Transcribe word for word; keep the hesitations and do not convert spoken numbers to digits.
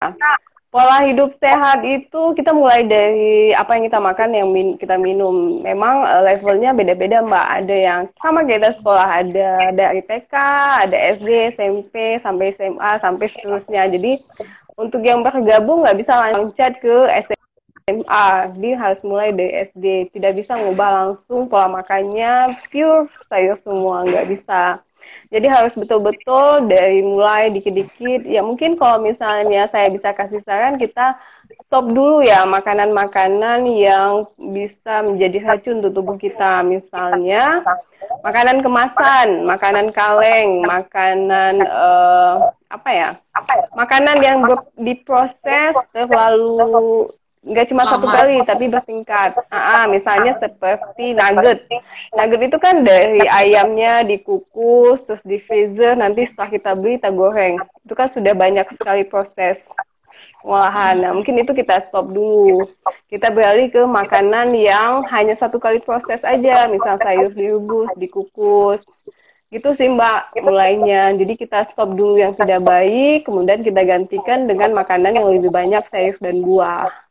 ya. Pola hidup sehat itu kita mulai dari apa yang kita makan, yang min kita minum. Memang uh, levelnya beda-beda, Mbak. Ada yang sama kayak kita sekolah, ada dari T K, ada S D, S M P, sampai S M A, sampai seterusnya. Jadi untuk yang bergabung nggak bisa loncat ke S M A, dia harus mulai dari S D. Tidak bisa ngubah langsung pola makannya pure sayur semua, nggak bisa. Jadi harus betul-betul dari mulai dikit-dikit. Ya mungkin kalau misalnya saya bisa kasih saran, kita stop dulu ya makanan-makanan yang bisa menjadi racun untuk tubuh kita. Misalnya makanan kemasan, makanan kaleng, makanan uh, apa ya? Makanan yang diproses terlalu nggak cuma satu Lama. kali tapi bertingkat. Ah, misalnya seperti nugget. Nugget itu kan dari ayamnya dikukus terus di freezer, nanti setelah kita beli kita goreng. Itu kan sudah banyak sekali proses pengolahan. Nah, mungkin itu kita stop dulu. Kita beralih ke makanan yang hanya satu kali proses aja, misal sayur direbus, dikukus. Gitu sih Mbak mulainya. Jadi kita stop dulu yang tidak baik, kemudian kita gantikan dengan makanan yang lebih banyak sayur dan buah.